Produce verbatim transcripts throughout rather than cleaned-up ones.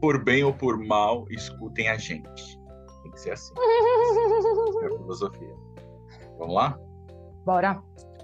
por bem ou por mal, escutem a gente. Tem que ser assim. É a filosofia. Vamos lá? Bora.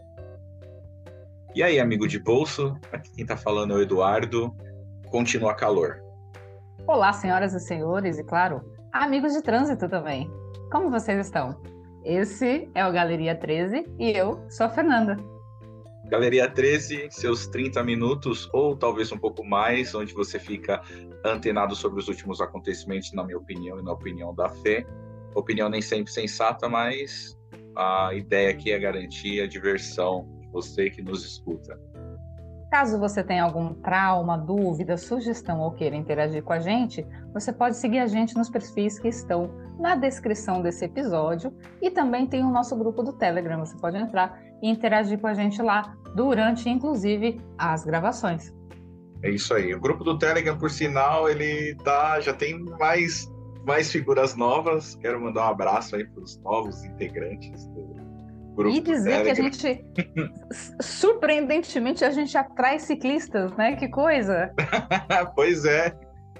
E aí, amigo de bolso? Aqui quem tá falando é o Eduardo. Continua calor. Olá, senhoras e senhores, e claro, amigos de trânsito também. Como vocês estão? Esse é o Galeria treze e eu sou a Fernanda. Galeria treze, seus trinta minutos, ou talvez um pouco mais, onde você fica antenado sobre os últimos acontecimentos, na minha opinião e na opinião da Fê. Opinião nem sempre sensata, mas a ideia aqui é garantir a diversão de você que nos escuta. Caso você tenha algum trauma, dúvida, sugestão ou queira interagir com a gente, você pode seguir a gente nos perfis que estão na descrição desse episódio e também tem o nosso grupo do Telegram. Você pode entrar e interagir com a gente lá durante, inclusive, as gravações. É isso aí. O grupo do Telegram, por sinal, ele tá, já tem mais, mais figuras novas. Quero mandar um abraço aí para os novos integrantes do grupo e dizer do que a gente, surpreendentemente, a gente atrai ciclistas, né? Que coisa! Pois é.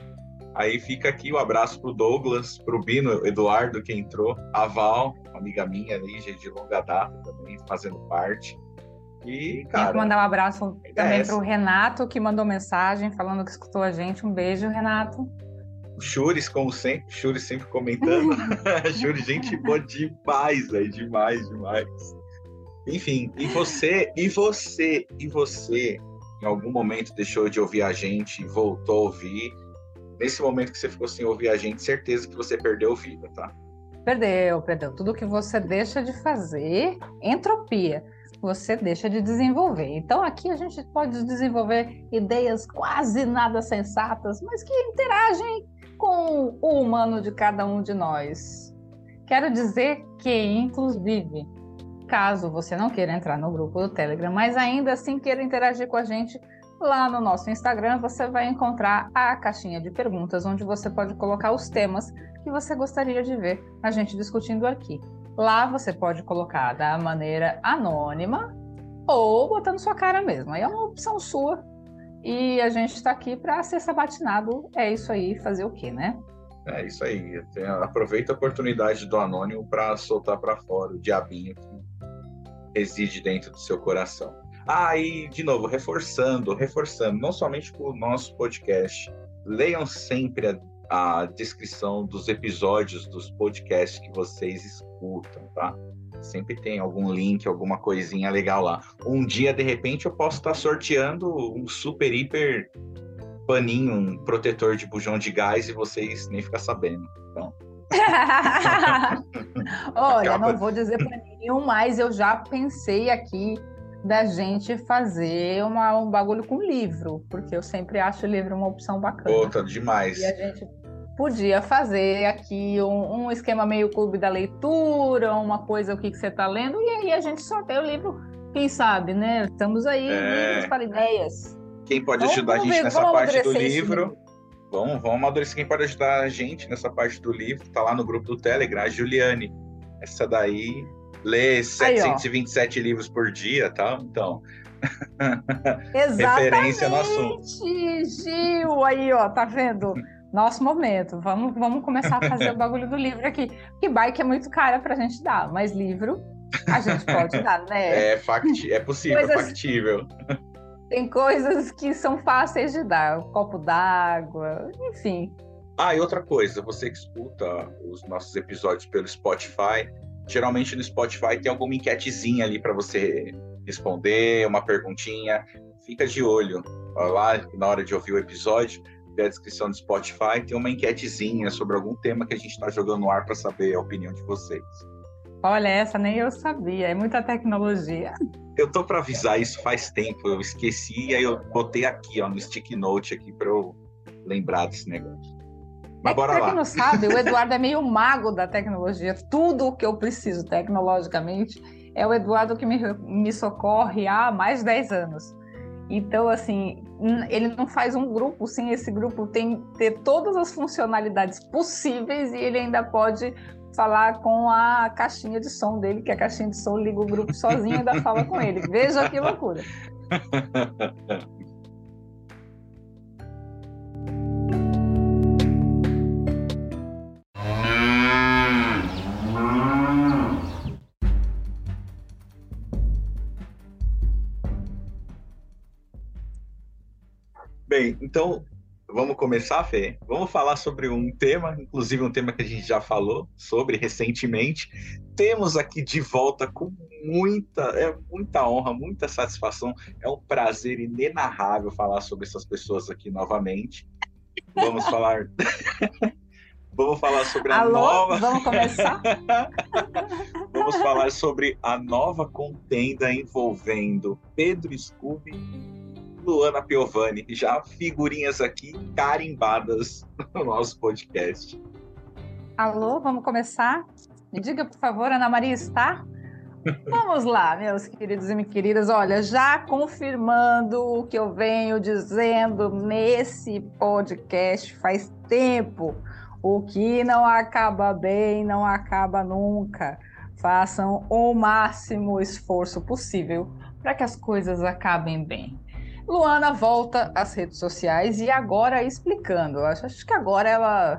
Aí fica aqui o um abraço pro Douglas, pro Bino, Eduardo, que entrou, a Val, uma amiga minha ali, de longa data também, fazendo parte. E, cara... Tenho que mandar um abraço também é pro Renato, que mandou mensagem falando que escutou a gente. Um beijo, Renato. O Chures, como sempre, o Chures sempre comentando. Chures, gente boa demais, aí, demais, demais. Enfim, e você, e você, e você, em algum momento deixou de ouvir a gente e voltou a ouvir. Nesse momento que você ficou sem ouvir a gente, certeza que você perdeu vida, tá? Perdeu, perdeu. Tudo que você deixa de fazer, entropia, você deixa de desenvolver. Então aqui a gente pode desenvolver ideias quase nada sensatas, mas que interagem com o humano de cada um de nós. Quero dizer que, inclusive, caso você não queira entrar no grupo do Telegram, mas ainda assim queira interagir com a gente, lá no nosso Instagram você vai encontrar a caixinha de perguntas, onde você pode colocar os temas que você gostaria de ver a gente discutindo aqui. Lá você pode colocar da maneira anônima ou botando sua cara mesmo. Aí é uma opção sua. E a gente está aqui para ser sabatinado. É isso aí, fazer o quê, né? É isso aí. Aproveita a oportunidade do anônimo para soltar para fora o diabinho que reside dentro do seu coração. Ah, e de novo, reforçando, reforçando, não somente com o nosso podcast, leiam sempre a, a descrição dos episódios dos podcasts que vocês escutam, tá? Sempre tem algum link, alguma coisinha legal lá. Um dia, de repente, eu posso estar sorteando um super, hiper paninho, um protetor de bujão de gás e vocês nem ficam sabendo. Então... Olha, Acaba... não vou dizer paninho, mas eu já pensei aqui da gente fazer uma, um bagulho com livro, porque eu sempre acho o livro uma opção bacana. Pô, tá demais. E a gente podia fazer aqui um, um esquema meio clube da leitura, uma coisa, o que, que você está lendo, e aí a gente sorteia o livro, quem sabe, né? Estamos aí é... livros para ideias. Quem pode vamos, ajudar a gente ver, nessa parte do livro, vamos, vamos amadurecer. Quem pode ajudar a gente nessa parte do livro, tá lá no grupo do Telegram, a Juliane. Essa daí lê setecentos e vinte e sete aí, livros por dia, tá? Então, referência no assunto. Gil, aí, ó, tá vendo? Nosso momento. Vamos, vamos começar a fazer o bagulho do livro aqui. Que bike é muito cara pra gente dar, mas livro a gente pode dar, né? É, facti- é possível, Coisas... é factível. Tem coisas que são fáceis de dar, um copo d'água, enfim. Ah, e outra coisa, você que escuta os nossos episódios pelo Spotify, geralmente no Spotify tem alguma enquetezinha ali para você responder, uma perguntinha. Fica de olho. Lá, na hora de ouvir o episódio, na descrição do Spotify, tem uma enquetezinha sobre algum tema que a gente está jogando no ar para saber a opinião de vocês. Olha, essa nem eu sabia, é muita tecnologia. Eu tô para avisar isso faz tempo, eu esqueci, e aí eu botei aqui, ó, no stick note aqui para eu lembrar desse negócio. Mas é bora que, lá. Pra quem não sabe, o Eduardo é meio mago da tecnologia. Tudo o que eu preciso tecnologicamente é o Eduardo que me, me socorre há mais de dez anos. Então, assim, ele não faz um grupo sem esse grupo tem, ter todas as funcionalidades possíveis e ele ainda pode falar com a caixinha de som dele, que a caixinha de som liga o grupo sozinho e ainda fala com ele. Veja que loucura. Bem, então vamos começar, Fê? Vamos falar sobre um tema, inclusive um tema que a gente já falou sobre recentemente. Temos aqui de volta com muita, é, muita honra, muita satisfação. É um prazer inenarrável falar sobre essas pessoas aqui novamente. Vamos falar, vamos falar sobre a Alô? nova. Vamos começar? Vamos falar sobre a nova contenda envolvendo Pedro Scooby, Luana Piovani, já figurinhas aqui carimbadas no nosso podcast. Alô, vamos começar? Me diga, por favor, Ana Maria está? Vamos lá, meus queridos e minhas queridas. Olha, já confirmando o que eu venho dizendo nesse podcast faz tempo. O que não acaba bem, não acaba nunca. Façam o máximo esforço possível para que as coisas acabem bem. Luana volta às redes sociais e agora explicando. Acho, acho que agora ela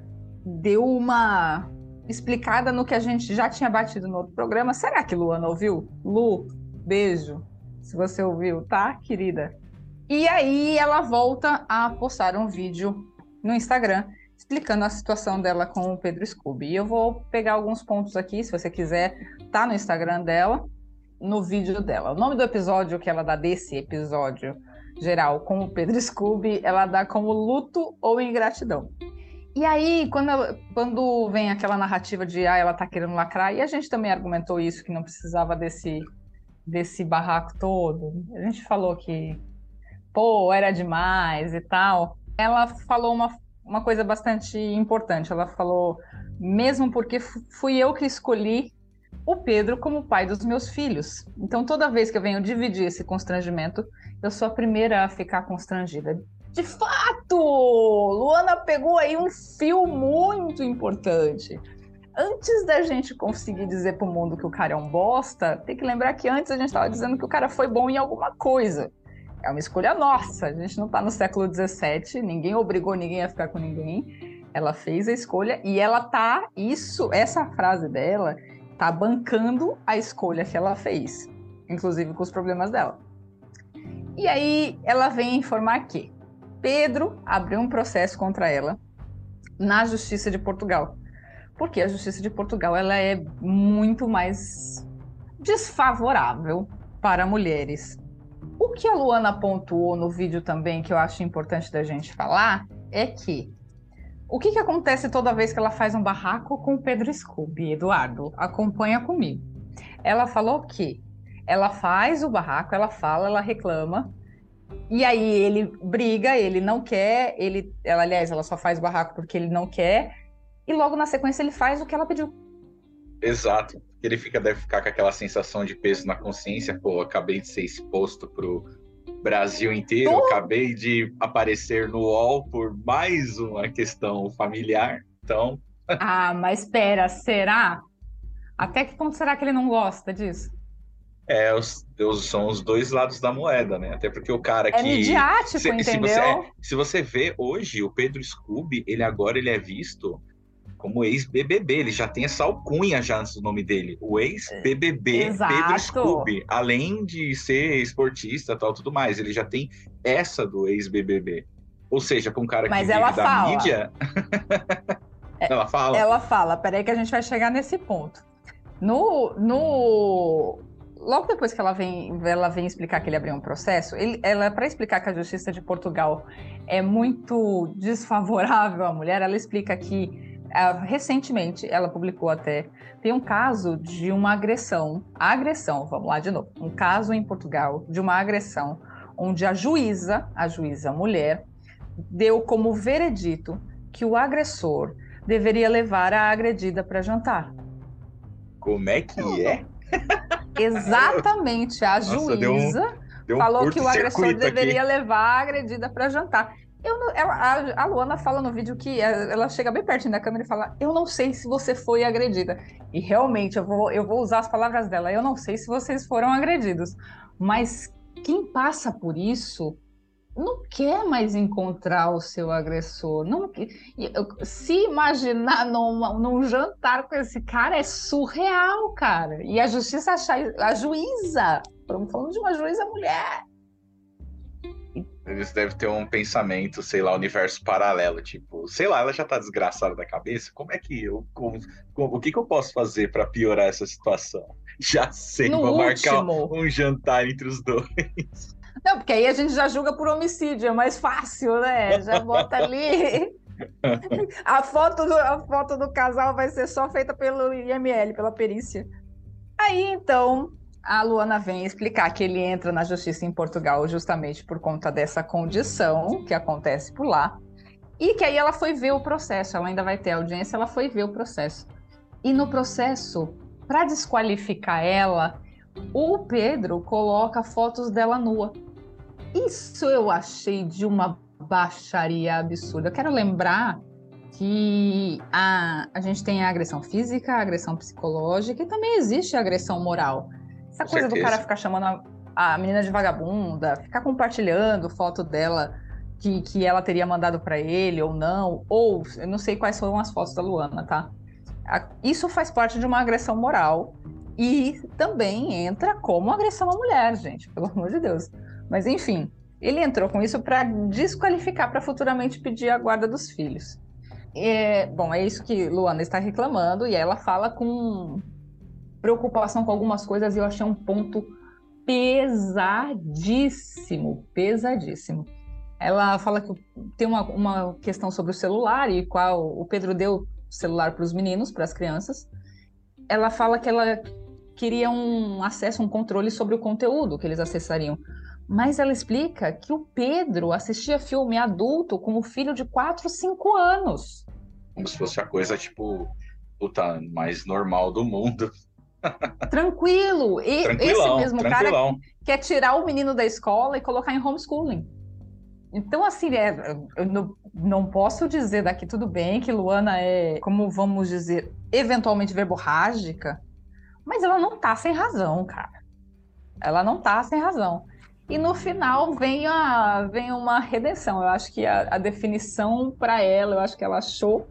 deu uma explicada no que a gente já tinha batido no outro programa. Será que Luana ouviu? Lu, beijo, se você ouviu, tá, querida? E aí ela volta a postar um vídeo no Instagram explicando a situação dela com o Pedro Scooby. E eu vou pegar alguns pontos aqui, se você quiser, tá no Instagram dela, no vídeo dela. O nome do episódio que ela dá desse episódio geral com o Pedro Scooby, ela dá como luto ou ingratidão. E aí, quando, ela, quando vem aquela narrativa de ah, ela tá querendo lacrar, e a gente também argumentou isso, que não precisava desse, desse barraco todo, a gente falou que, pô, era demais e tal, ela falou uma, uma coisa bastante importante, ela falou, mesmo porque fui eu que escolhi o Pedro como pai dos meus filhos. Então, toda vez que eu venho dividir esse constrangimento, eu sou a primeira a ficar constrangida. De fato, Luana pegou aí um fio muito importante. Antes da gente conseguir dizer pro mundo que o cara é um bosta, tem que lembrar que antes a gente estava dizendo que o cara foi bom em alguma coisa. É uma escolha nossa, a gente não está no século dezessete, ninguém obrigou ninguém a ficar com ninguém. Ela fez a escolha e ela tá, isso, essa frase dela, tá bancando a escolha que ela fez, inclusive com os problemas dela. E aí ela vem informar que Pedro abriu um processo contra ela na Justiça de Portugal, porque a Justiça de Portugal ela é muito mais desfavorável para mulheres. O que a Luana pontuou no vídeo também, que eu acho importante da gente falar, é que o que, que acontece toda vez que ela faz um barraco com o Pedro Scooby? Eduardo, acompanha comigo. Ela falou que ela faz o barraco, ela fala, ela reclama, e aí ele briga, ele não quer, ele, ela, aliás, ela só faz o barraco porque ele não quer, e logo na sequência ele faz o que ela pediu. Exato. Ele fica, deve ficar com aquela sensação de peso na consciência, pô, acabei de ser exposto pro Brasil inteiro, Tô... acabei de aparecer no U O L por mais uma questão familiar, então... Ah, mas espera, será? Até que ponto será que ele não gosta disso? É, os, os, são os dois lados da moeda, né? Até porque o cara que... É midiático, se, entendeu? Se você, é, se você vê hoje, o Pedro Scooby, ele agora ele é visto como ex-B B B, ele já tem essa alcunha já antes do nome dele, o ex-B B B Exato. Pedro Scooby, além de ser esportista e tal, tudo mais, ele já tem essa do ex-B B B. Ou seja, para um cara Mas que vive da fala. mídia... ela fala. Ela fala, peraí que a gente vai chegar nesse ponto. No... no... Logo depois que ela vem, ela vem explicar que ele abriu um processo, ele, ela, para explicar que a Justiça de Portugal é muito desfavorável à mulher, ela explica que, uh, recentemente, ela publicou até, tem um caso de uma agressão, agressão, vamos lá de novo, um caso em Portugal de uma agressão, onde a juíza, a juíza mulher, deu como veredito que o agressor deveria levar a agredida para jantar. Como é que é? Exatamente, a Nossa, juíza deu um, deu um falou que o agressor deveria aqui. levar a agredida para jantar. Eu não, ela, a, a Luana fala no vídeo que ela chega bem pertinho da câmera e fala: eu não sei se você foi agredida. E realmente, eu vou, eu vou usar as palavras dela: eu não sei se vocês foram agredidos. Mas quem passa por isso não quer mais encontrar o seu agressor. Não, se imaginar num, num jantar com esse cara é surreal, cara. E a justiça achar, a juíza, estamos falando de uma juíza mulher, Eles devem ter um pensamento, sei lá, universo paralelo, tipo, sei lá, ela já tá desgraçada da cabeça, como é que eu, como, como- o que que eu posso fazer para piorar essa situação? Já sei, No vou marcar último. um jantar entre os dois. Não, porque aí a gente já julga por homicídio, é mais fácil, né? Já bota ali. A foto do, a foto do casal vai ser só feita pelo I M L, pela perícia. Aí, então, a Luana vem explicar que ele entra na justiça em Portugal justamente por conta dessa condição que acontece por lá. E que aí ela foi ver o processo, ela ainda vai ter audiência, ela foi ver o processo. E no processo, para desqualificar ela, o Pedro coloca fotos dela nua. Isso eu achei de uma baixaria absurda. Eu quero lembrar que a, a gente tem a agressão física, a agressão psicológica e também existe a agressão moral. Essa Com coisa do cara certeza. ficar chamando a, a menina de vagabunda, ficar compartilhando foto dela que, que ela teria mandado para ele ou não, ou eu não sei quais foram as fotos da Luana, tá? A- Isso faz parte de uma agressão moral e também entra como agressão à mulher, gente, pelo amor de Deus. Mas enfim, ele entrou com isso para desqualificar para futuramente pedir a guarda dos filhos. É, bom, é isso que Luana está reclamando, e ela fala com preocupação com algumas coisas, e eu achei um ponto pesadíssimo, pesadíssimo. Ela fala que tem uma, uma questão sobre o celular, e qual o Pedro deu o celular para os meninos, para as crianças. Ela fala que ela queria um acesso, um controle sobre o conteúdo que eles acessariam. Mas ela explica que o Pedro assistia filme adulto com o filho de quatro, cinco anos. Como se fosse a coisa, tipo, puta, mais normal do mundo. Tranquilo. E esse Tranquilão, mesmo cara tranquilão. quer tirar o menino da escola e colocar em homeschooling. Então, assim, é, eu não, não posso dizer daqui tudo bem que Luana é, como vamos dizer, eventualmente verborrágica, mas ela não tá sem razão, cara. Ela não tá sem razão. E no final vem, a, vem uma redenção. Eu acho que a, a definição para ela, eu acho que ela achou.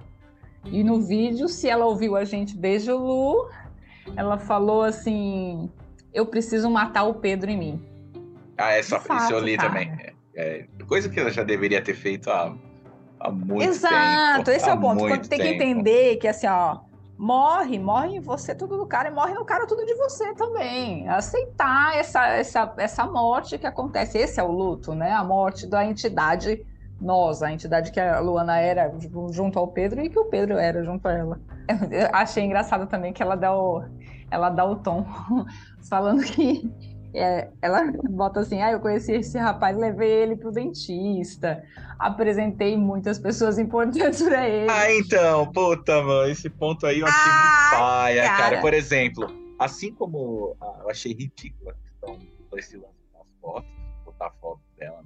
E no vídeo, se ela ouviu a gente, beijo, Lu, ela falou assim: eu preciso matar o Pedro em mim. Ah, De essa, isso eu fato, li também. cara. É, é, coisa que ela já deveria ter feito há, há muito Exato, tempo. esse é Há o ponto. Quando muito tem que tempo. entender que assim, ó, morre, morre em você tudo do cara e morre no cara tudo de você também. Aceitar essa, essa, essa morte que acontece. Esse é o luto, né? A morte da entidade nós, a entidade que a Luana era junto ao Pedro e que o Pedro era junto a ela. Eu achei engraçado também que ela dá o, ela dá o tom falando que é, ela bota assim, ah, eu conheci esse rapaz, levei ele pro dentista, apresentei muitas pessoas importantes para Ah, ele. então, puta, mano, esse ponto aí eu achei muito Ai, paia, cara. cara. Por exemplo, assim como ah, eu achei ridícula a questão desse lance das fotos, botar foto dela,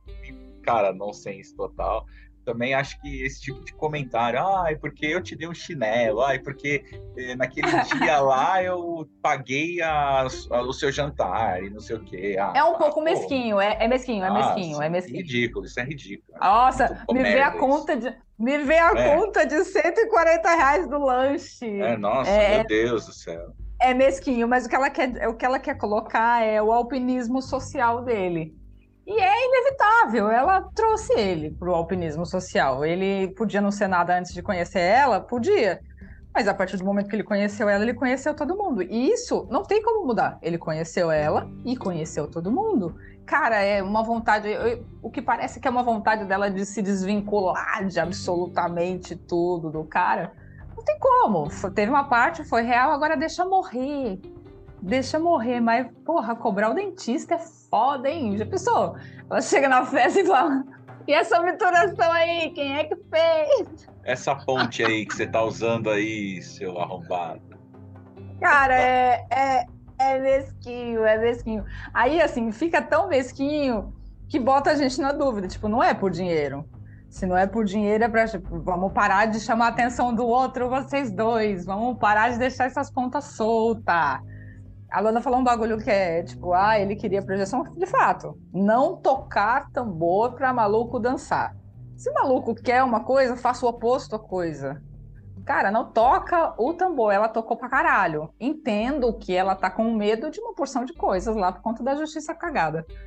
cara, nonsense total. Também acho que esse tipo de comentário, ai, porque eu te dei um chinelo, ai, porque eh, naquele dia lá eu paguei a, a- o seu jantar e não sei o quê. Ah, É um ah, pouco pô, mesquinho, é, é mesquinho, é ah, mesquinho, é sim, mesquinho. ridículo, isso é ridículo. Acho muito Nossa, me vê a merda isso. conta de, me vê a É, conta de cento e quarenta reais do é, lanche. nossa, meu É, Deus do céu. é mesquinho, mas o que ela quer, o que ela quer colocar é o alpinismo social dele. E é inevitável, ela trouxe ele para o alpinismo social. Ele podia não ser nada antes de conhecer ela? Podia. Mas a partir do momento que ele conheceu ela, ele conheceu todo mundo. E isso não tem como mudar. Ele conheceu ela e conheceu todo mundo. Cara, é uma vontade. eu- o que parece que é uma vontade dela de se desvincular de absolutamente tudo do cara. Não tem como. Foi- Teve uma parte, foi real, agora deixa morrer. Deixa morrer, mas, porra, cobrar o dentista é foda, hein? Já pensou? Ela chega na festa e fala: e essa obturação aí, quem é que fez? Essa ponte aí que você tá usando aí, seu arrombado. Cara, é, é, é mesquinho, é mesquinho. Aí, assim, fica tão mesquinho que bota a gente na dúvida. Tipo, não é por dinheiro. Se não é por dinheiro, é pra, tipo, vamos parar de chamar a atenção do outro, vocês dois. Vamos parar de deixar essas pontas soltas. A Lana falou um bagulho que é tipo, ah, ele queria projeção, de fato. Não tocar tambor para maluco dançar. Se o maluco quer uma coisa, faça o oposto à coisa. Cara, não toca o tambor, ela tocou pra caralho. Entendo que ela tá com medo de uma porção de coisas lá por conta da justiça cagada.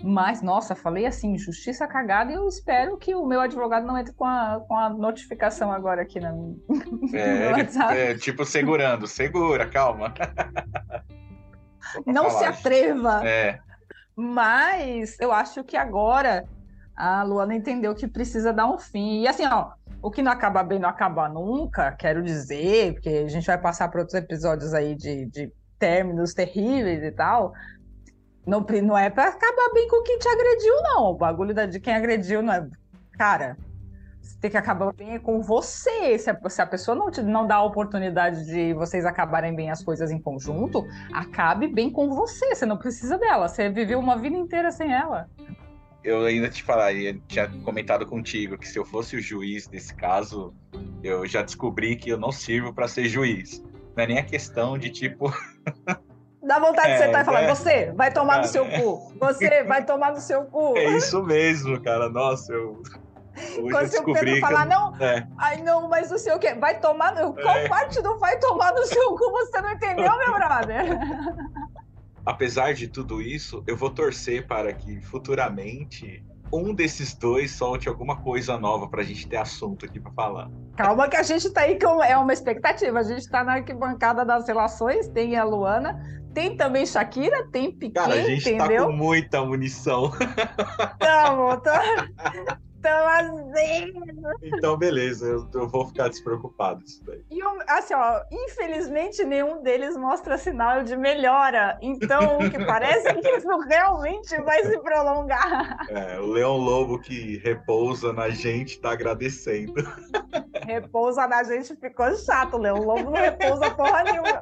Mas, nossa, falei assim, justiça cagada, e eu espero que o meu advogado não entre com a, com a notificação agora aqui na, no É, meu ele, WhatsApp. é, tipo, segurando, segura, calma. Só pra Não se falar. atreva! É, Mas eu acho que agora a Luana entendeu que precisa dar um fim. E assim, ó, o que não acaba bem não acaba nunca, quero dizer, porque a gente vai passar por outros episódios aí de, de términos terríveis e tal. Não, pre- não é pra acabar bem com quem te agrediu, não. O bagulho da- de quem agrediu não é. Cara, você tem que acabar bem com você. Se a, se a pessoa não te não dá a oportunidade de vocês acabarem bem as coisas em conjunto, acabe bem com você. Você não precisa dela. Você viveu uma vida inteira sem ela. eu ainda te falaria, eu tinha comentado contigo que se eu fosse o juiz desse caso, eu já descobri que eu não sirvo para ser juiz. Não é nem a questão de tipo, Dá vontade de é, sentar e falar: né? você vai tomar no Cara, seu cu. Você vai tomar no seu cu. é isso mesmo, cara. Nossa, eu hoje eu Quando o Pedro descobri que falar: eu, não, é, ai não, mas não sei o quê. Vai tomar. no- Qual é, parte do vai tomar no seu cu você não entendeu, meu brother? apesar de tudo isso, eu vou torcer para que futuramente um desses dois solte alguma coisa nova pra gente ter assunto aqui pra falar. Calma que a gente tá aí com é uma expectativa. A gente tá na arquibancada das relações, tem a Luana, tem também Shakira, tem Cara, a Piquet, gente tá com entendeu? muita munição. Tamo, tamo, tamo assim. Então, beleza, eu, eu vou ficar despreocupado disso daí. E o- assim, ó, infelizmente nenhum deles mostra sinal de melhora. Então, o que parece é que isso realmente vai se prolongar. É, o Leão Lobo que repousa na gente tá agradecendo. Repousa na gente ficou chato, Leão Lobo não repousa porra nenhuma.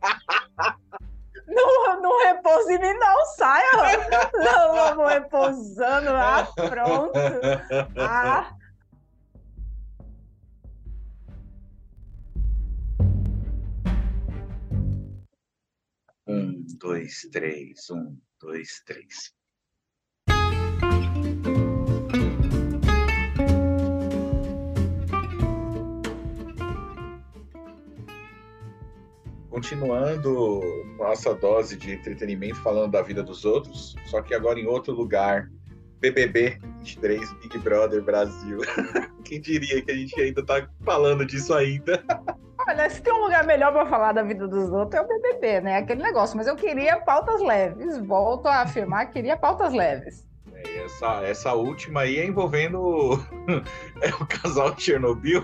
Não, não repousa em mim, não, saia. Leão Lobo repousando, ah, pronto. Ah. Um, dois, três, um, dois, três. Continuando nossa dose de entretenimento, falando da vida dos outros, só que agora em outro lugar. B B B vinte e três, Big Brother Brasil. Quem diria que a gente ainda tá falando disso ainda? Olha, se tem um lugar melhor para falar da vida dos outros é o B B B, né? Aquele negócio. Mas eu queria pautas leves. Volto a afirmar que queria pautas leves. É, essa, essa última aí é envolvendo é o casal de Chernobyl.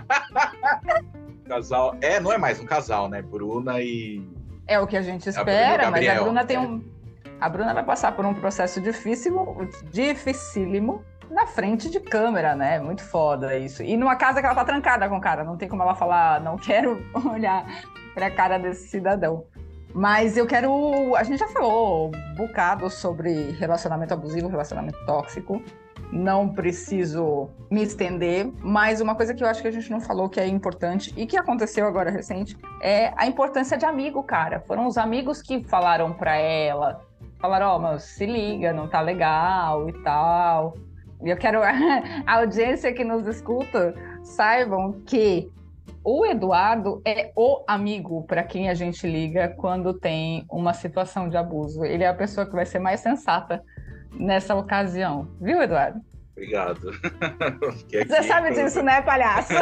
Casal. É, não é mais um casal, né? Bruna e. É o que a gente A Bruna e o espera, mas a Gabriel, Bruna tem é. um. A Bruna vai passar por um processo difícil, dificílimo na frente de câmera, né? Muito foda isso. E numa casa que ela tá trancada com o cara, não tem como ela falar, não quero olhar pra cara desse cidadão. Mas eu quero. A gente já falou um bocado sobre relacionamento abusivo, relacionamento tóxico. Não preciso me estender, mas uma coisa que eu acho que a gente não falou que é importante e que aconteceu agora recente é a importância de amigo, cara. Foram os amigos que falaram pra ela, falaram, ó, oh, mas se liga, não tá legal e tal. E eu quero a audiência que nos escuta saibam que o Eduardo é o amigo para quem a gente liga quando tem uma situação de abuso. Ele é a pessoa que vai ser mais sensata nessa ocasião. Viu, Eduardo? Obrigado. Você sabe disso, né, palhaço?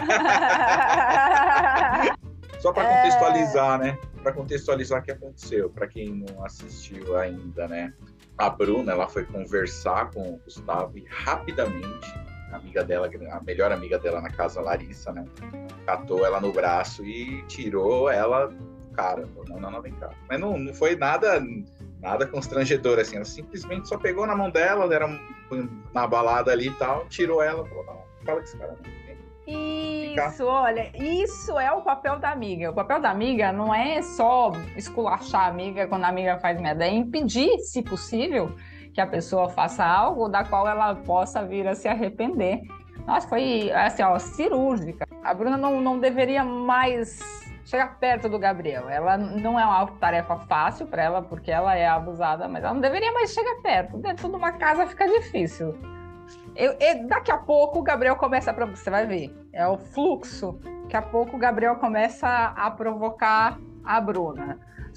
Só para contextualizar, é... né? Para contextualizar o que aconteceu, para quem não assistiu ainda, né? A Bruna, ela foi conversar com o Gustavo e rapidamente a amiga dela, a melhor amiga dela na casa, Larissa, né? Catou ela no braço e tirou ela, cara, não, não, não, vem cá. Mas não, não foi nada, nada constrangedor, assim, ela simplesmente só pegou na mão dela, era na balada ali e tal, tirou ela, falou, não, fala com esse cara, não. Isso, olha, isso é o papel da amiga. O papel da amiga não é só esculachar a amiga quando a amiga faz merda, é impedir, se possível, que a pessoa faça algo da qual ela possa vir a se arrepender. Nossa, foi assim, ó, cirúrgica. A Bruna não, não deveria mais chegar perto do Gabriel. Ela não é uma tarefa fácil para ela, porque ela é abusada, mas ela não deveria mais chegar perto. Dentro de uma casa fica difícil. Eu, eu, daqui a pouco o Gabriel começa a... Você vai ver, é o fluxo. Daqui a pouco o Gabriel começa a provocar a Bruna.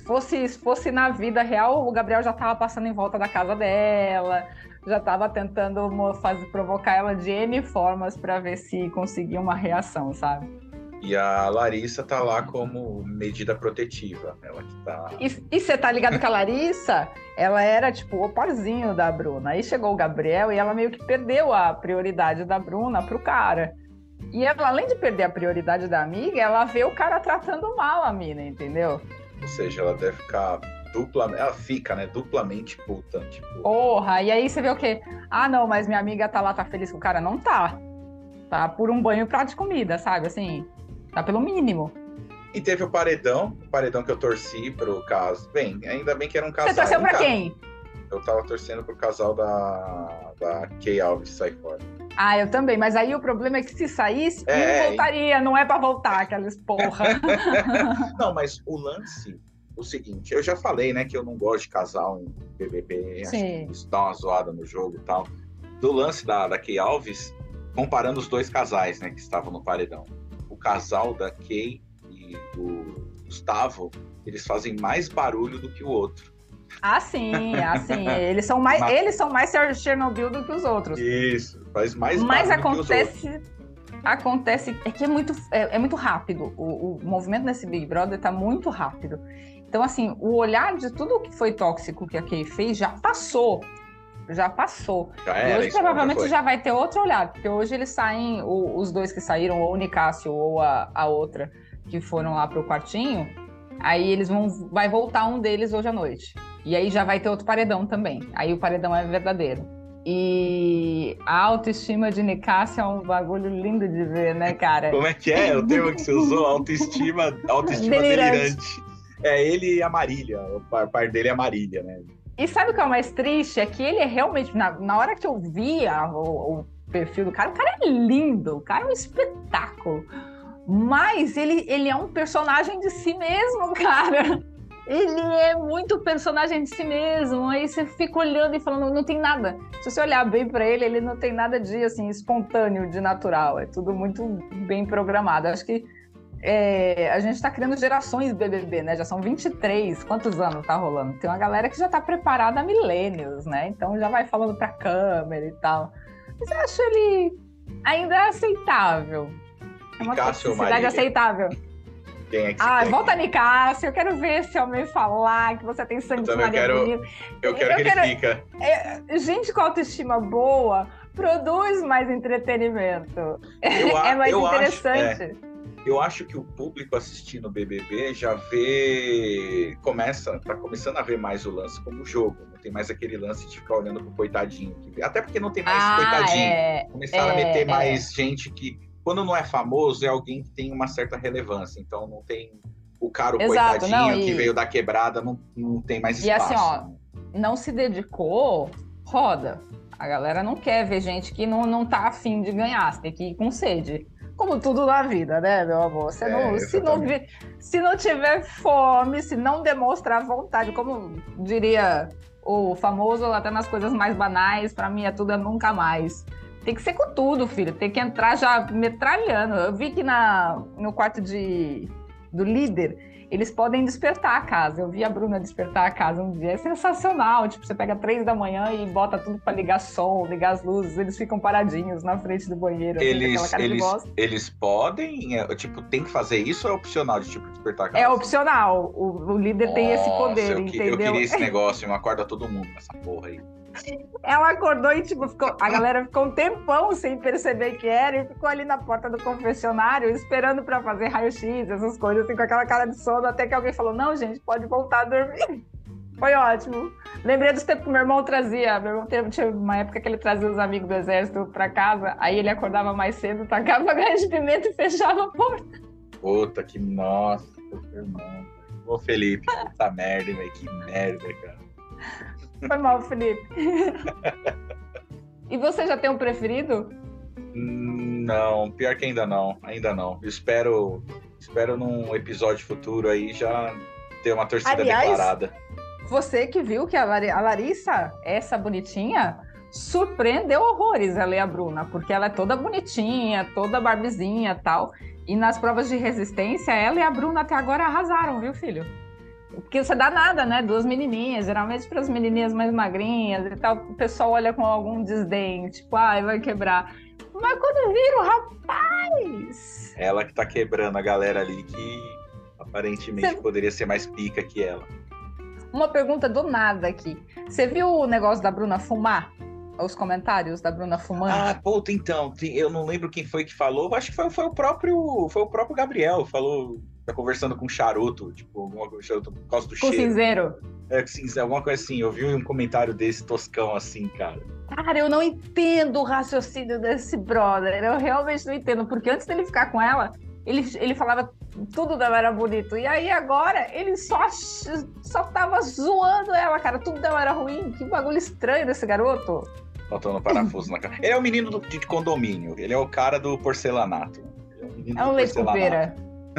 Se fosse, se fosse na vida real, o Gabriel já estava passando em volta da casa dela, já estava tentando fazer, provocar ela de N formas para ver se conseguia uma reação, sabe? E a Larissa tá lá como medida protetiva. Ela que tá... E você tá ligado que a Larissa, ela era tipo o parzinho da Bruna. Aí chegou o Gabriel e ela meio que perdeu a prioridade da Bruna pro cara. E ela, além de perder a prioridade da amiga, ela vê o cara tratando mal a mina, entendeu? Ou seja, ela deve ficar duplamente... Ela fica, né? Duplamente puta. Tipo... Porra! E aí você vê o quê? Ah, não, mas minha amiga tá lá, tá feliz com o cara? Não tá. Tá por um banho e prato de comida, sabe? Assim... Tá pelo mínimo. E teve o paredão, o paredão que eu torci pro caso. Bem, ainda bem que era um casal. Você torceu um pra ca... quem? Eu tava torcendo pro casal da, da Kay Alves sair fora. Ah, eu também, mas aí o problema é que se saísse, é, não voltaria, não é pra voltar, aquelas porra. Não, mas o lance, o seguinte, eu já falei, né, que eu não gosto de casal em B B B, Sim. acho que isso dá uma zoada no jogo e tal. Do lance da, da Kay Alves, comparando os dois casais, né, que estavam no paredão. O casal da Kay e do Gustavo, eles fazem mais barulho do que o outro. Ah, sim, ah, sim. Eles são mais, Mas... eles são mais Chernobyl do que os outros. Isso, faz mais Mas barulho acontece, do que os outros. Acontece, é que é muito, é, é muito rápido. O, o movimento nesse Big Brother tá muito rápido. Então, assim, o olhar de tudo que foi tóxico que a Kay fez já passou. Já passou. Já era, e hoje provavelmente já, já vai ter outro olhar, porque hoje eles saem, o, os dois que saíram, ou o Nicásio ou a, a outra, que foram lá pro quartinho, aí eles vão, vai voltar um deles hoje à noite. E aí já vai ter outro paredão também. Aí o paredão é verdadeiro. E a autoestima de Nicásio é um bagulho lindo de ver, né, cara? Como é que é o termo que você usou? Autoestima, autoestima delirante. delirante. É ele e a Marília. O par, par dele é a Marília, né? E sabe o que é o mais triste? É que ele é realmente... Na, na hora que eu vi a, o, o perfil do cara, o cara é lindo, o cara é um espetáculo. Mas ele, ele é um personagem de si mesmo, cara. Ele é muito personagem de si mesmo. Aí você fica olhando e falando, não tem nada. Se você olhar bem pra ele, ele não tem nada de assim, espontâneo, de natural. É tudo muito bem programado. Acho que É, a gente está criando gerações B B B, né? Já são vinte e três, quantos anos tá rolando? Tem uma galera que já tá preparada há milênios, né? Então já vai falando pra câmera e tal. Mas eu acho ele ainda aceitável. É uma toxicidade aceitável. Quem é que ah, quer volta aqui? Nicásio, eu quero ver esse homem falar que você tem sangue de Maria quero, bonita. Eu quero eu que quero, ele fica. É, gente com autoestima boa produz mais entretenimento. Eu, é mais eu interessante. Acho, é. Eu acho que o público assistindo o B B B já vê, começa, tá começando a ver mais o lance como jogo, não tem mais aquele lance de ficar olhando pro coitadinho, até porque não tem mais ah, coitadinho, é, começaram é, a meter é. mais gente que, quando não é famoso, é alguém que tem uma certa relevância, então não tem o cara, o Exato, coitadinho não, e... que veio da quebrada, não, não tem mais e espaço. E assim, ó, não se dedicou, roda, a galera não quer ver gente que não, não tá afim de ganhar, você tem que ir com sede. Como tudo na vida, né, meu amor? Você não, é, se, não, se não tiver fome, se não demonstrar vontade, como diria o famoso, até nas coisas mais banais, pra mim é tudo é nunca mais. Tem que ser com tudo, filho. Tem que entrar já metralhando. Eu vi que na, no quarto de, do líder, eles podem despertar a casa. Eu vi a Bruna despertar a casa um dia. É sensacional. Tipo, você pega três da manhã e bota tudo para ligar som, ligar as luzes. Eles ficam paradinhos na frente do banheiro. Eles, assim, eles, eles podem? É, tipo, tem que fazer isso ou é opcional de tipo, despertar a casa? É opcional. O, o líder Nossa, tem esse poder, eu, entendeu? Eu queria esse negócio. Eu acordo todo mundo nessa porra aí. Ela acordou e tipo, ficou, a galera ficou um tempão sem perceber que era e ficou ali na porta do confessionário esperando pra fazer raio-x, essas coisas, assim, com aquela cara de sono, até que alguém falou, não, gente, pode voltar a dormir. Foi ótimo. Lembrei dos tempos que meu irmão trazia, meu irmão teve, tinha uma época que ele trazia os amigos do exército pra casa, aí ele acordava mais cedo, tacava a gás de pimenta e fechava a porta. Puta, que nossa, irmão. Ô, Felipe, puta merda, velho, que merda, cara. Foi mal, Felipe. E você já tem um preferido? Não, pior que ainda não, ainda não. Espero, espero num episódio futuro aí já ter uma torcida Aliás, declarada. Você que viu que a, Lar- a Larissa, essa bonitinha, surpreendeu horrores ela e a Bruna, porque ela é toda bonitinha, toda barbizinha e tal. E nas provas de resistência, ela e a Bruna até agora arrasaram, viu, filho? Porque você dá nada, né? Duas menininhas, geralmente para as menininhas mais magrinhas e tal, o pessoal olha com algum desdém, tipo, ai, vai quebrar. Mas quando vira o rapaz... Ela que tá quebrando a galera ali que aparentemente Você... poderia ser mais pica que ela. Uma pergunta do nada aqui. Você viu o negócio da Bruna fumar? Os comentários da Bruna fumando? Ah, puta, então, eu não lembro quem foi que falou, acho que foi, foi o próprio foi o próprio Gabriel, falou, tá conversando com o charuto, tipo, alguma coisa, charuto por causa do com cheiro. cinzeiro. É, cinzeiro, alguma coisa assim, eu vi um comentário desse toscão assim, cara. Cara, eu não entendo o raciocínio desse brother, eu realmente não entendo, porque antes dele ficar com ela, ele, ele falava tudo dela era bonito, e aí agora ele só, só tava zoando ela, cara, tudo dela era ruim, que bagulho estranho desse garoto. Faltando parafuso na cara. Ele é o menino do, de condomínio, ele é o cara do porcelanato. Ele é um, é um leite cupeira.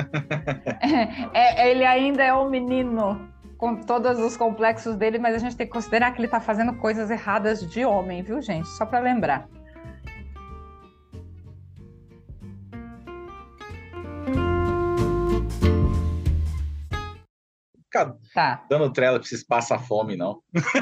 é, ele ainda é um menino com todos os complexos dele, mas a gente tem que considerar que ele tá fazendo coisas erradas de homem, viu, gente? Só pra lembrar. Cara, tá. Dando trela pra vocês passar fome, não.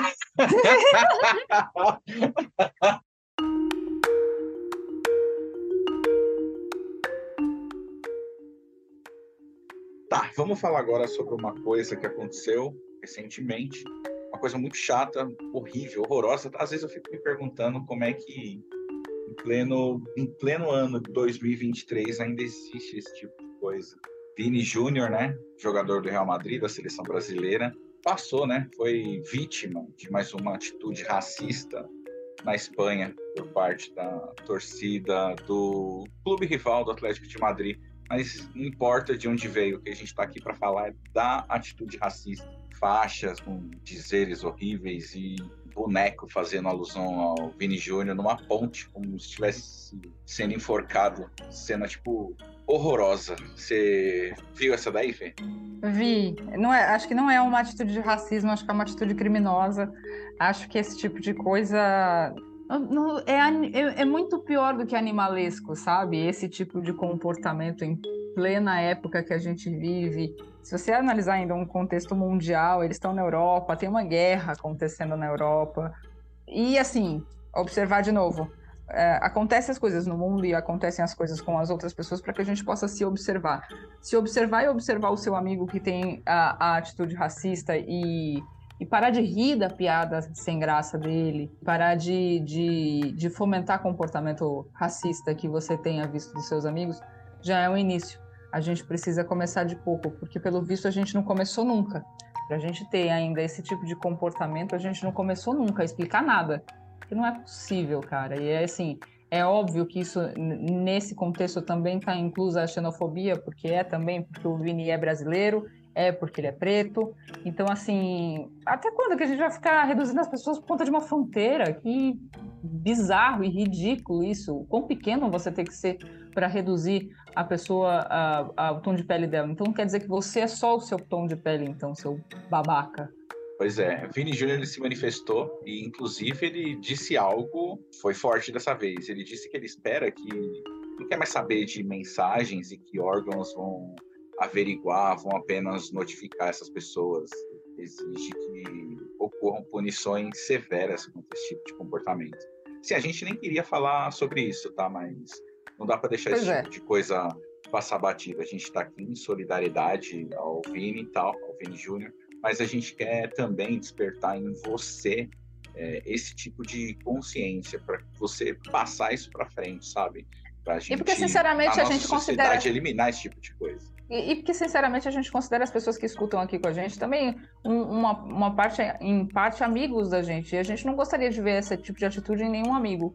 Tá, vamos falar agora sobre uma coisa que aconteceu recentemente. Uma coisa muito chata, horrível, horrorosa. Às vezes eu fico me perguntando como é que em pleno, em pleno ano de dois mil e vinte e três ainda existe esse tipo de coisa. Vini Júnior, né, jogador do Real Madrid, da seleção brasileira, passou, né, foi vítima de mais uma atitude racista na Espanha por parte da torcida do clube rival do Atlético de Madrid. Mas não importa de onde veio, o que a gente está aqui para falar é da atitude racista. Faixas com dizeres horríveis e boneco fazendo alusão ao Vini Júnior numa ponte, como se estivesse sendo enforcado. Cena, tipo, horrorosa. Você viu essa daí, Fê? Vi. Não é, acho que não é uma atitude de racismo, acho que é uma atitude criminosa. Acho que esse tipo de coisa... Não, é, é, é muito pior do que animalesco, sabe? Esse tipo de comportamento em plena época que a gente vive. Se você analisar ainda um contexto mundial, eles estão na Europa, tem uma guerra acontecendo na Europa. E, assim, observar de novo, é, acontecem as coisas no mundo e acontecem as coisas com as outras pessoas para que a gente possa se observar. Se observar e observar o seu amigo que tem a, a atitude racista e... E parar de rir da piada sem graça dele, parar de, de, de fomentar comportamento racista que você tenha visto dos seus amigos, já é um início. A gente precisa começar de pouco, porque pelo visto a gente não começou nunca. Para a gente ter ainda esse tipo de comportamento, a gente não começou nunca a explicar nada. Porque não é possível, cara. E é assim, é óbvio que isso, nesse contexto, também está inclusa a xenofobia, porque é também porque o Vini é brasileiro, é porque ele é preto. Então, assim, até quando que a gente vai ficar reduzindo as pessoas por conta de uma fronteira? Que bizarro e ridículo isso. O quão pequeno você tem que ser para reduzir a pessoa ao tom de pele dela. Então, quer dizer que você é só o seu tom de pele, então, seu babaca. Pois é, Vini Júnior ele se manifestou e, inclusive, ele disse algo, foi forte dessa vez. Ele disse que ele espera que não quer mais saber de mensagens e que órgãos vão averiguar, vão apenas notificar essas pessoas. Exige que ocorram punições severas contra esse tipo de comportamento. Sim, a gente nem queria falar sobre isso, tá? Mas não dá para deixar pois esse é. tipo de coisa passar batida. A gente está aqui em solidariedade ao Vini e tal, ao Vini Júnior, mas a gente quer também despertar em você é, esse tipo de consciência, para você passar isso para frente, sabe? Pra gente, e porque, sinceramente, a gente considera... eliminar esse tipo de coisa. E, e porque, sinceramente, a gente considera as pessoas que escutam aqui com a gente também um, uma, uma parte, em parte, amigos da gente. E a gente não gostaria de ver esse tipo de atitude em nenhum amigo.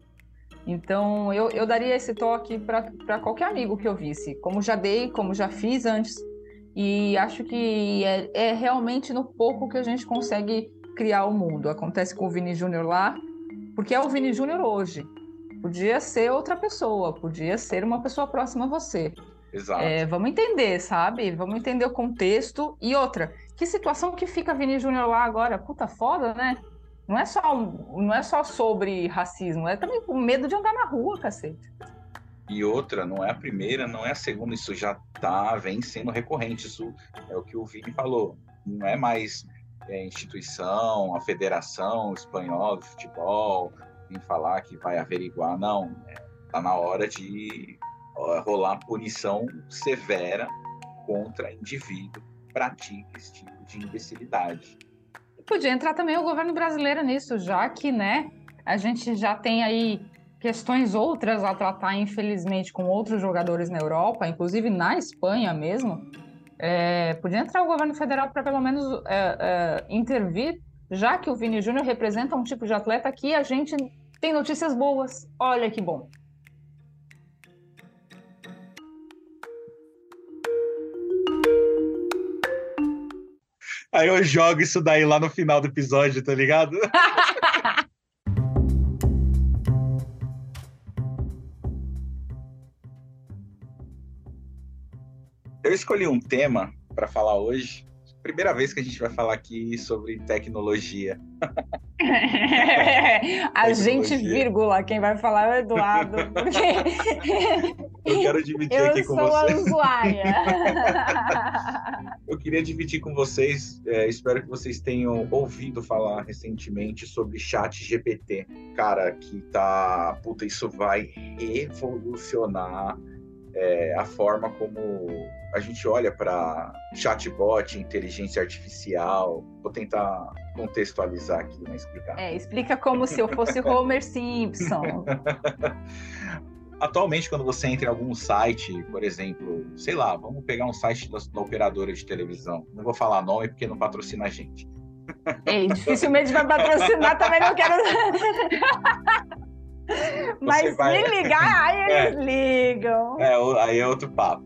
Então, eu, eu daria esse toque para qualquer amigo que eu visse. Como já dei, como já fiz antes. E acho que é, é realmente no pouco que a gente consegue criar o mundo. Acontece com o Vini Júnior lá, porque é o Vini Júnior hoje. Podia ser outra pessoa, podia ser uma pessoa próxima a você. Exato. É, vamos entender, sabe? Vamos entender o contexto. E outra, que situação que fica Vini Júnior lá agora? Puta foda, né? Não é, só, não é só sobre racismo, é também com medo de andar na rua, cacete. E outra, não é a primeira, não é a segunda, isso já tá, vem sendo recorrente. Isso é o que o Vini falou. não é mais é, instituição, a Federação Espanhola de Futebol, vem falar que vai averiguar, não. Está na hora de rolar punição severa contra indivíduo que pratica esse tipo de imbecilidade. Podia entrar também o governo brasileiro nisso, já que, né, a gente já tem aí questões outras a tratar, infelizmente, com outros jogadores na Europa, inclusive na Espanha mesmo. É, podia entrar o governo federal para pelo menos é, é, intervir, já que o Vini Júnior representa um tipo de atleta que a gente tem notícias boas. Olha que bom. Aí eu jogo isso daí lá no final do episódio, tá ligado? Eu escolhi um tema para falar hoje. Primeira vez que a gente vai falar aqui sobre tecnologia. A gente, vírgula, quem vai falar é o Eduardo. Porque eu quero dividir eu aqui com vocês. vocês. Eu sou a usuária. Eu queria dividir com vocês, é, espero que vocês tenham ouvido falar recentemente sobre chat G P T. Cara, que tá... Puta, isso vai revolucionar é, a forma como a gente olha para chatbot, inteligência artificial. Vou tentar contextualizar aqui, né, explicar. É, explica como se eu fosse Homer Simpson. Atualmente, quando você entra em algum site, por exemplo, sei lá, vamos pegar um site da, da operadora de televisão. Não vou falar nome porque não patrocina a gente. Ei, dificilmente vai patrocinar, também não quero... Mas vai... me ligar, aí eles é. ligam. É, aí é outro papo.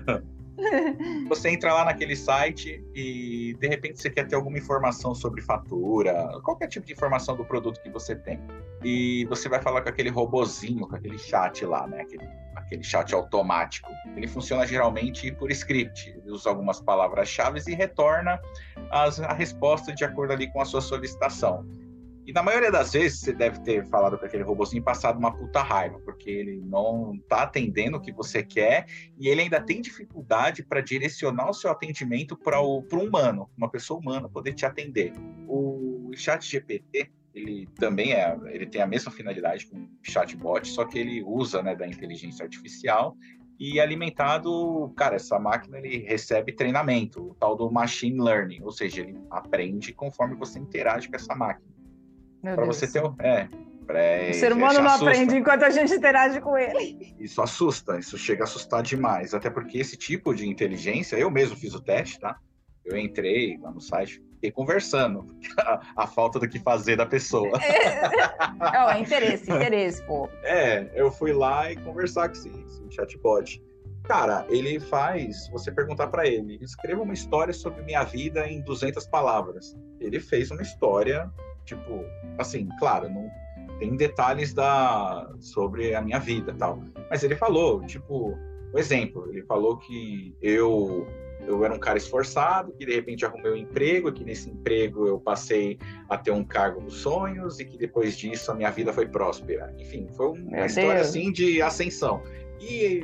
Você entra lá naquele site e, de repente, você quer ter alguma informação sobre fatura, qualquer tipo de informação do produto que você tem. E você vai falar com aquele robozinho, com aquele chat lá, né? Aquele, aquele chat automático. Ele funciona geralmente por script. Ele usa algumas palavras-chave e retorna as, a resposta de acordo ali com a sua solicitação. E na maioria das vezes você deve ter falado com aquele robozinho e passado uma puta raiva, porque ele não está atendendo o que você quer e ele ainda tem dificuldade para direcionar o seu atendimento para o um humano, uma pessoa humana poder te atender. O chat G P T, ele também é, ele tem a mesma finalidade que um chatbot, só que ele usa, né, da inteligência artificial e alimentado, cara, essa máquina ele recebe treinamento, o tal do machine learning, ou seja, ele aprende conforme você interage com essa máquina. Para você ter um... É, o ser humano não assusta. Aprende enquanto a gente interage com ele. Isso assusta, isso chega a assustar demais. Até porque esse tipo de inteligência, eu mesmo fiz o teste, tá? Eu entrei lá no site, fiquei conversando. A, a falta do que fazer da pessoa. É, é interesse, interesse, pô. É, eu fui lá e conversar com esse, esse chatbot. Cara, ele faz você perguntar para ele, escreva uma história sobre minha vida em duzentas palavras. Ele fez uma história... Tipo, assim, claro, não tem detalhes da, sobre a minha vida e tal. Mas ele falou, tipo, um exemplo, ele falou que eu, eu era um cara esforçado, que de repente arrumei um emprego, e que nesse emprego eu passei a ter um cargo dos sonhos, e que depois disso a minha vida foi próspera. Enfim, foi uma Meu história Deus. assim de ascensão. E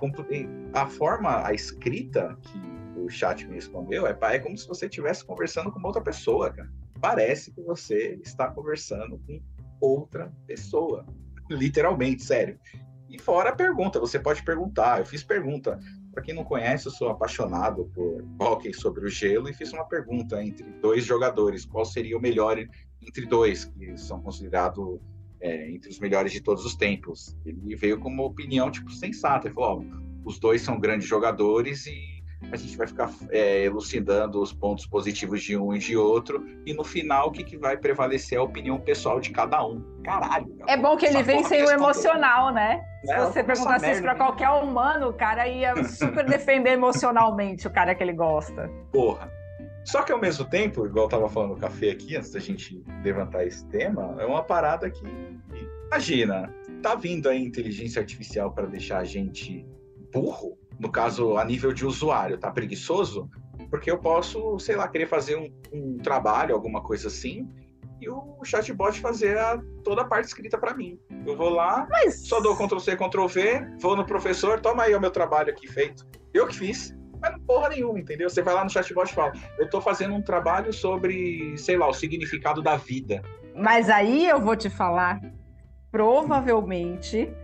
a forma, a escrita que o chat me respondeu é, é como se você estivesse conversando com outra pessoa, cara. Parece que você está conversando com outra pessoa. Literalmente, sério. E fora a pergunta, você pode perguntar. Eu fiz pergunta. Para quem não conhece, eu sou apaixonado por hóquei sobre o gelo e fiz uma pergunta entre dois jogadores. Qual seria o melhor entre dois, que são considerados é, entre os melhores de todos os tempos? Ele veio com uma opinião tipo, sensata. Ele falou, ó, os dois são grandes jogadores e a gente vai ficar é, elucidando os pontos positivos de um e de outro, e no final o que, que vai prevalecer é a opinião pessoal de cada um. Caralho. É bom que ele vem sem o emocional, né? Se é, você perguntasse isso pra qualquer humano, o cara ia super defender emocionalmente o cara que ele gosta. Porra. Só que ao mesmo tempo, igual eu tava falando no café aqui, antes da gente levantar esse tema, é uma parada que, imagina, tá vindo aí inteligência artificial para deixar a gente burro? No caso, a nível de usuário, tá preguiçoso? Porque eu posso, sei lá, querer fazer um, um trabalho, alguma coisa assim, e o chatbot fazer a, toda a parte escrita para mim. Eu vou lá, Mas... só dou control C, control V, vou no professor, toma aí o meu trabalho aqui feito. Eu que fiz. Mas não porra nenhuma, entendeu? Você vai lá no chatbot e fala, eu tô fazendo um trabalho sobre, sei lá, o significado da vida. Mas aí eu vou te falar, provavelmente,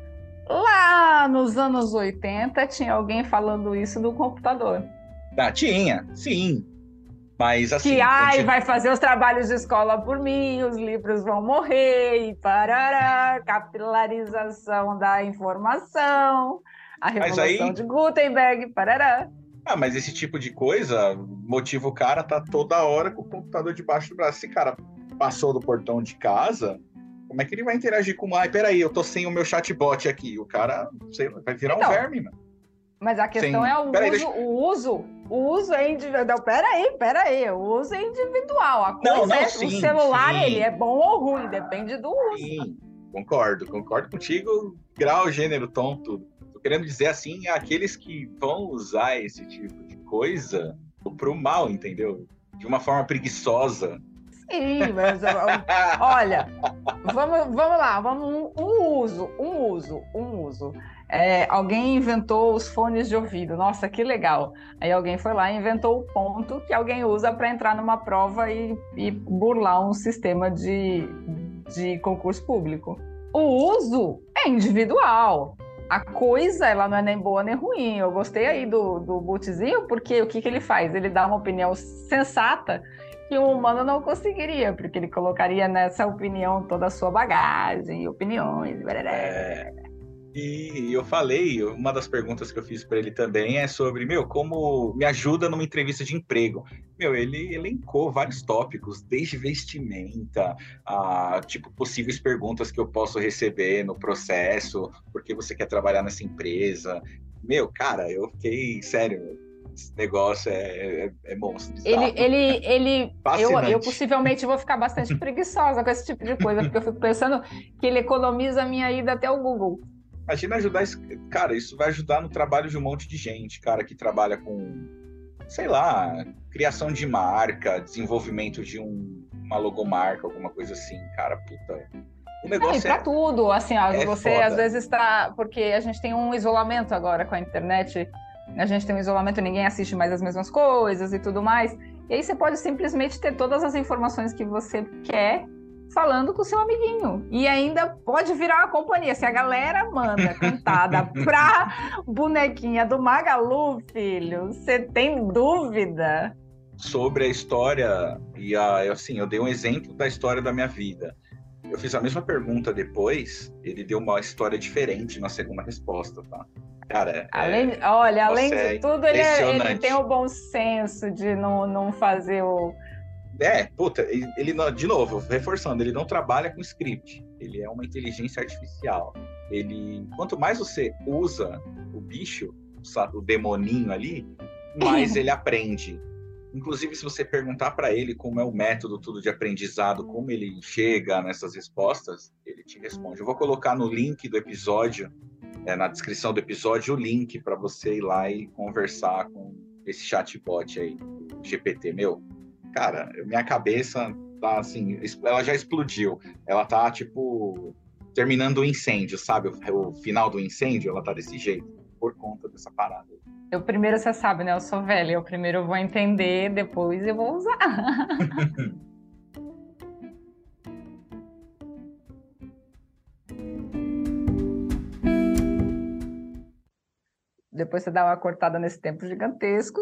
lá nos anos oitenta, tinha alguém falando isso no computador. Ah, tinha, sim. Mas assim... Que, ai, continua... vai fazer os trabalhos de escola por mim, os livros vão morrer, e parará, capilarização da informação, a revolução aí... de Gutenberg, parará. Ah, mas esse tipo de coisa motiva o cara a tá toda hora com o computador debaixo do braço. Esse cara passou do portão de casa, como é que ele vai interagir com... Ai, peraí, eu tô sem o meu chatbot aqui. O cara, sei lá, vai virar então, um verme, mano. Mas a questão sem... é o peraí, uso, deixa... o uso. O uso é individual. Peraí, peraí. O uso é individual. A coisa não, não, é, sim, o celular, sim. Ele é bom ou ruim, depende do uso. Sim, concordo. Concordo contigo. Grau, gênero, tom, tudo. Querendo dizer assim, aqueles que vão usar esse tipo de coisa pro mal, entendeu? De uma forma preguiçosa. Sim, mas olha, vamos, vamos lá, vamos um, um uso, um uso, um uso. É, alguém inventou os fones de ouvido, nossa, que legal. Aí alguém foi lá e inventou o ponto que alguém usa para entrar numa prova e, e burlar um sistema de, de concurso público. O uso é individual. A coisa, ela não é nem boa nem ruim. Eu gostei aí do, do Bootzinho, porque o que, que ele faz? Ele dá uma opinião sensata que um humano não conseguiria, porque ele colocaria nessa opinião toda a sua bagagem, opiniões. É, e eu falei, uma das perguntas que eu fiz para ele também é sobre, meu, como me ajuda numa entrevista de emprego. Meu, ele elencou vários tópicos, desde vestimenta, a, tipo, possíveis perguntas que eu posso receber no processo, porque você quer trabalhar nessa empresa. Meu, cara, eu fiquei, sério, esse negócio é, é, é monstro. Ele, ele, ele eu, eu possivelmente vou ficar bastante preguiçosa com esse tipo de coisa, porque eu fico pensando que ele economiza a minha ida até o Google. Imagina ajudar, cara, isso vai ajudar no trabalho de um monte de gente, cara, que trabalha com, sei lá, criação de marca, desenvolvimento de um, uma logomarca, alguma coisa assim, cara, puta. O negócio é, e pra é, tudo, assim, ó, é você foda. Às vezes está, porque a gente tem um isolamento agora com a internet, a gente tem um isolamento, ninguém assiste mais as mesmas coisas e tudo mais, e aí você pode simplesmente ter todas as informações que você quer falando com o seu amiguinho. E ainda pode virar uma companhia. Se a galera manda cantada pra bonequinha do Magalu, filho, você tem dúvida? Sobre a história, e a, assim, eu dei um exemplo da história da minha vida. Eu fiz a mesma pergunta depois, ele deu uma história diferente na segunda resposta, tá? Cara, além, é, olha, além de tudo, ele, é, ele tem o bom senso de não, não fazer o... É, puta, ele, de novo, reforçando, ele não trabalha com script, ele é uma inteligência artificial. Ele, quanto mais você usa o bicho, o demoninho ali, mais ele aprende. Inclusive, se você perguntar para ele como é o método tudo de aprendizado, como ele chega nessas respostas, ele te responde. Eu vou colocar no link do episódio, é, na descrição do episódio, o link para você ir lá e conversar com esse chatbot aí, o G P T, meu. Cara, minha cabeça tá assim, ela já explodiu. Ela tá, tipo, terminando o incêndio, sabe? O, o final do incêndio, ela tá desse jeito, por conta dessa parada. Eu primeiro, você sabe, né? Eu sou velha. Eu primeiro eu vou entender, depois eu vou usar. Depois você dá uma cortada nesse tempo gigantesco.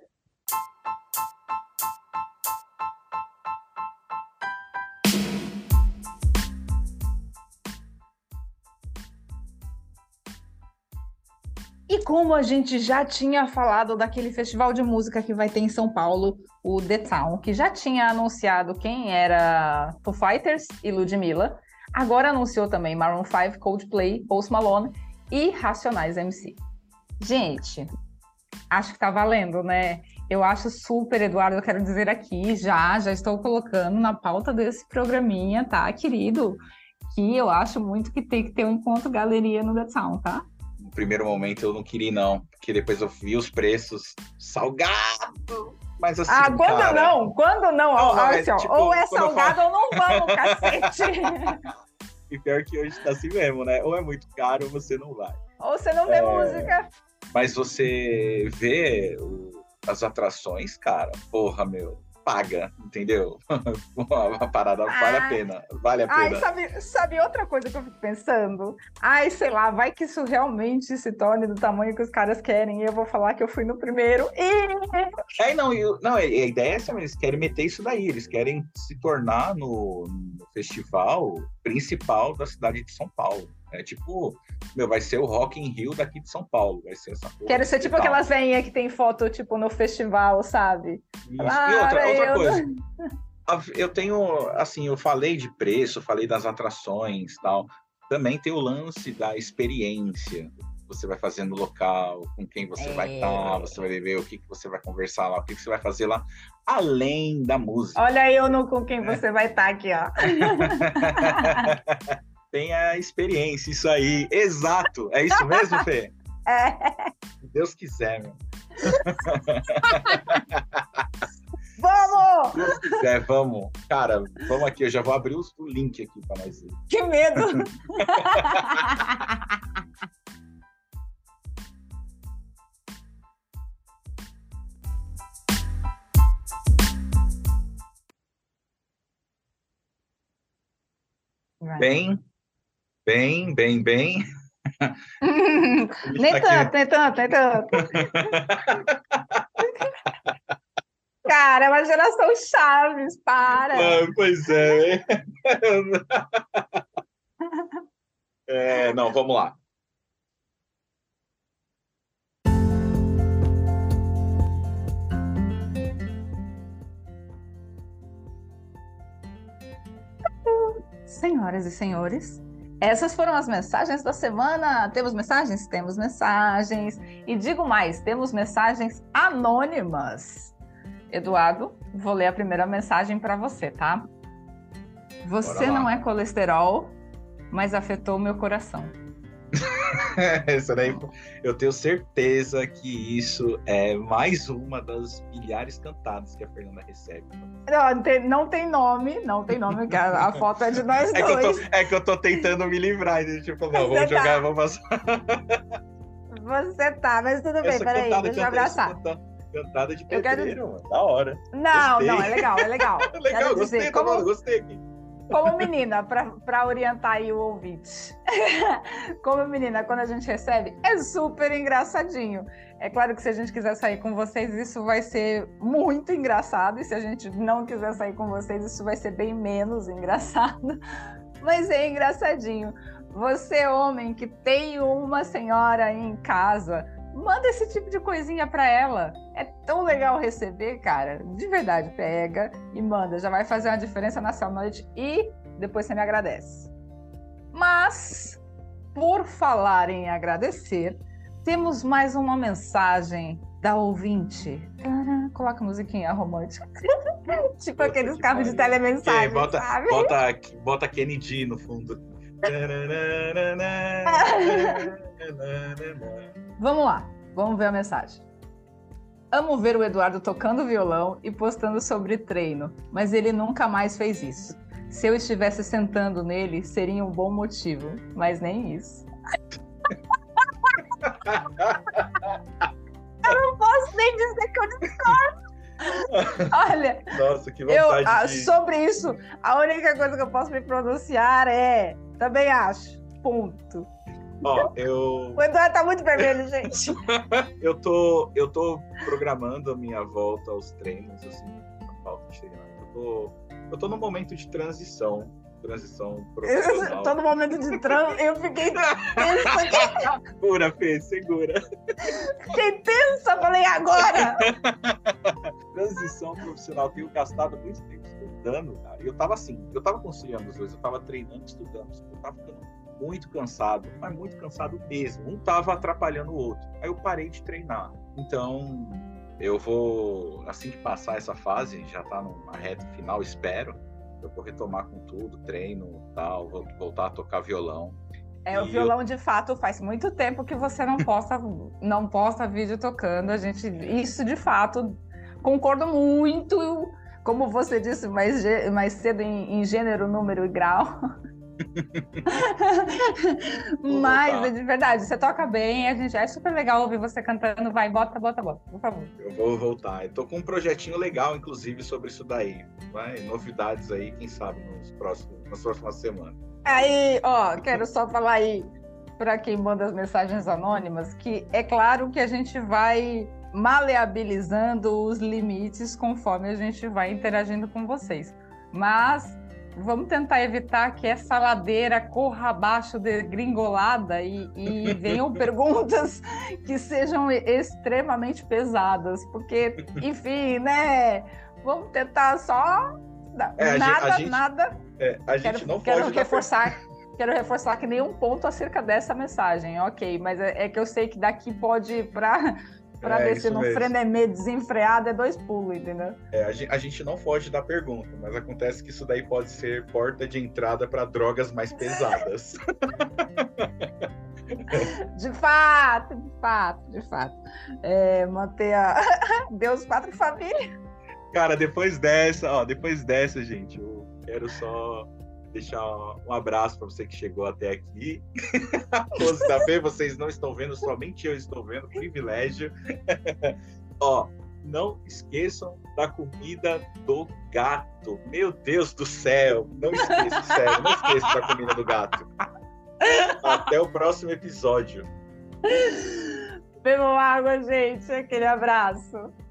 E como a gente já tinha falado daquele festival de música que vai ter em São Paulo, o The Town, que já tinha anunciado quem era Foo Fighters e Ludmilla, agora anunciou também Maroon five, Coldplay, Post Malone e Racionais M C. Gente, acho que tá valendo, né? Eu acho super, Eduardo, eu quero dizer aqui, já, já estou colocando na pauta desse programinha, tá, querido? Que eu acho muito que tem que ter um encontro galeria no The Town, tá? No primeiro momento eu não queria não, porque depois eu vi os preços salgado, mas assim, ah, quando cara... não? Quando não? não, não assim, é, tipo, ou é salgado falo... ou não vamos, cacete! E pior que hoje tá assim mesmo, né? Ou é muito caro ou você não vai. Ou você não vê é... música. Mas você vê o as atrações, cara, porra, meu, paga, entendeu? A parada vale a Ah, pena, vale a ai, pena. sabe, sabe outra coisa que eu fico pensando? Ai, sei lá, vai que isso realmente se torne do tamanho que os caras querem e eu vou falar que eu fui no primeiro. E... É, não, eu, não, a ideia é essa, eles querem meter isso daí, eles querem se tornar no, no festival principal da cidade de São Paulo. É tipo, meu, vai ser o Rock in Rio daqui de São Paulo, vai ser essa porra. Quero ser tipo e tal. aquelas veinhas que tem foto, tipo, no festival, sabe? Isso. Claro, E outra, outra eu coisa, eu tenho, assim, eu falei de preço, falei das atrações e tal, também tem o lance da experiência. Você vai fazer no local, com quem você É. vai estar, você vai ver o que, que você vai conversar lá, o que, que você vai fazer lá, além da música. Olha eu no com quem você vai estar aqui, ó. Tem a experiência, isso aí. Exato. É isso mesmo, Fê? É. Se Deus quiser, meu. Vamos! Se Deus quiser, vamos. Cara, vamos aqui. Eu já vou abrir o link aqui para nós ver. Que medo! Bem, bem, bem, bem. Nem tanto, nem tanto, nem tanto. Cara, é uma geração Chaves, para. Ah, pois é. É, não, vamos lá. Senhoras e senhores, essas foram as mensagens da semana. Temos mensagens? Temos mensagens. E digo mais, temos mensagens anônimas. Eduardo, vou ler a primeira mensagem para você, tá? Você não é colesterol, mas afetou meu coração. Essa daí, eu tenho certeza que isso é mais uma das milhares cantadas que a Fernanda recebe. Não, não tem, não tem nome, não tem nome, que a, a foto é de nós É dois. que, eu tô, é que eu tô tentando me livrar, né? Tipo, não, vamos Você jogar, tá. vamos passar. Você tá, mas tudo bem, Essa peraí, cantada, deixa eu canta- essa abraçar. canta- cantada de Eu quero- pedreiro, mano. Da hora. Não, Gostei. não, é legal, é legal. Legal, Quero gostei, dizer, tá como- bom, gostei aqui. Como menina, para orientar aí o ouvinte. Como menina, quando a gente recebe, é super engraçadinho. É claro que se a gente quiser sair com vocês, isso vai ser muito engraçado. E se a gente não quiser sair com vocês, isso vai ser bem menos engraçado. Mas é engraçadinho. Você, homem, que tem uma senhora aí em casa, manda esse tipo de coisinha para ela. É tão legal receber, cara. De verdade, pega e manda. Já vai fazer uma diferença na sua noite e depois você me agradece. Mas, por falar em agradecer, temos mais uma mensagem da ouvinte. Tcharam, coloca a musiquinha romântica. Tipo aqueles carros de telemensagem, Que, bota, sabe? bota, bota Kennedy no fundo. Vamos lá, vamos ver a mensagem. Amo ver o Eduardo tocando violão e postando sobre treino, mas ele nunca mais fez isso. Se eu estivesse sentando nele, seria um bom motivo, mas nem isso. Eu não posso nem dizer que eu discordo. Olha, Nossa, que eu, vontade ah, de... sobre isso, a única coisa que eu posso me pronunciar é também acho, ponto. Ó, eu... O Eduardo tá muito vermelho, gente. eu, tô, eu tô programando a minha volta aos treinos, assim, a falta de treinar. Eu tô, eu tô num momento de transição, transição profissional. Todo momento de trânsito, eu fiquei tensa, Segura, Fê, segura. fiquei tensa, falei agora. Transição profissional, tenho gastado muito tempo estudando, cara. E eu tava assim, eu tava conciliando os dois, eu tava treinando e estudando, eu tava ficando muito cansado, mas muito cansado mesmo. Um tava atrapalhando o outro. Aí eu parei de treinar. Então, eu vou, assim que passar essa fase, já tá numa reta final, espero, eu vou retomar com tudo, treino, tal, vou voltar a tocar violão. É, o E violão, eu... de fato, faz muito tempo que você não posta, não posta vídeo tocando. A gente, isso, de fato, concordo muito, como você disse mais, mais cedo, em, em gênero, número e grau. Mas, é de verdade, você toca bem, a gente, é super legal ouvir você cantando. Vai, bota, bota, bota, por favor. Eu vou voltar. Eu tô com um projetinho legal, inclusive, sobre isso daí. Vai, novidades aí, quem sabe, nos próximos, nas próximas semanas. Aí, ó, quero só falar aí para quem manda as mensagens anônimas que é claro que a gente vai maleabilizando os limites conforme a gente vai interagindo com vocês. Mas vamos tentar evitar que essa ladeira corra abaixo de gringolada e, e venham perguntas que sejam extremamente pesadas, porque, enfim, né? Vamos tentar só É, a nada, gente- a gente- nada. É, a gente Quero, não quero foge da reforçar, quero reforçar que nenhum ponto acerca dessa mensagem, ok? Mas é, é que eu sei que daqui pode ir para para É, descer isso num mesmo. frenemê desenfreado é dois pulos, entendeu? É, a gen- a gente não foge da pergunta, mas acontece que isso daí pode ser porta de entrada para drogas mais pesadas. De fato, de fato, de fato. É, manter a Deus, pátria e família. Cara, depois dessa, ó, depois dessa, gente, eu quero só deixar um abraço para você que chegou até aqui. Você tá vendo? Vocês não estão vendo, somente eu estou vendo, privilégio. Ó, não esqueçam da comida do gato. Meu Deus do céu, não esqueça, sério, não esqueça da comida do gato. Até o próximo episódio. Bebam água, gente. Aquele abraço.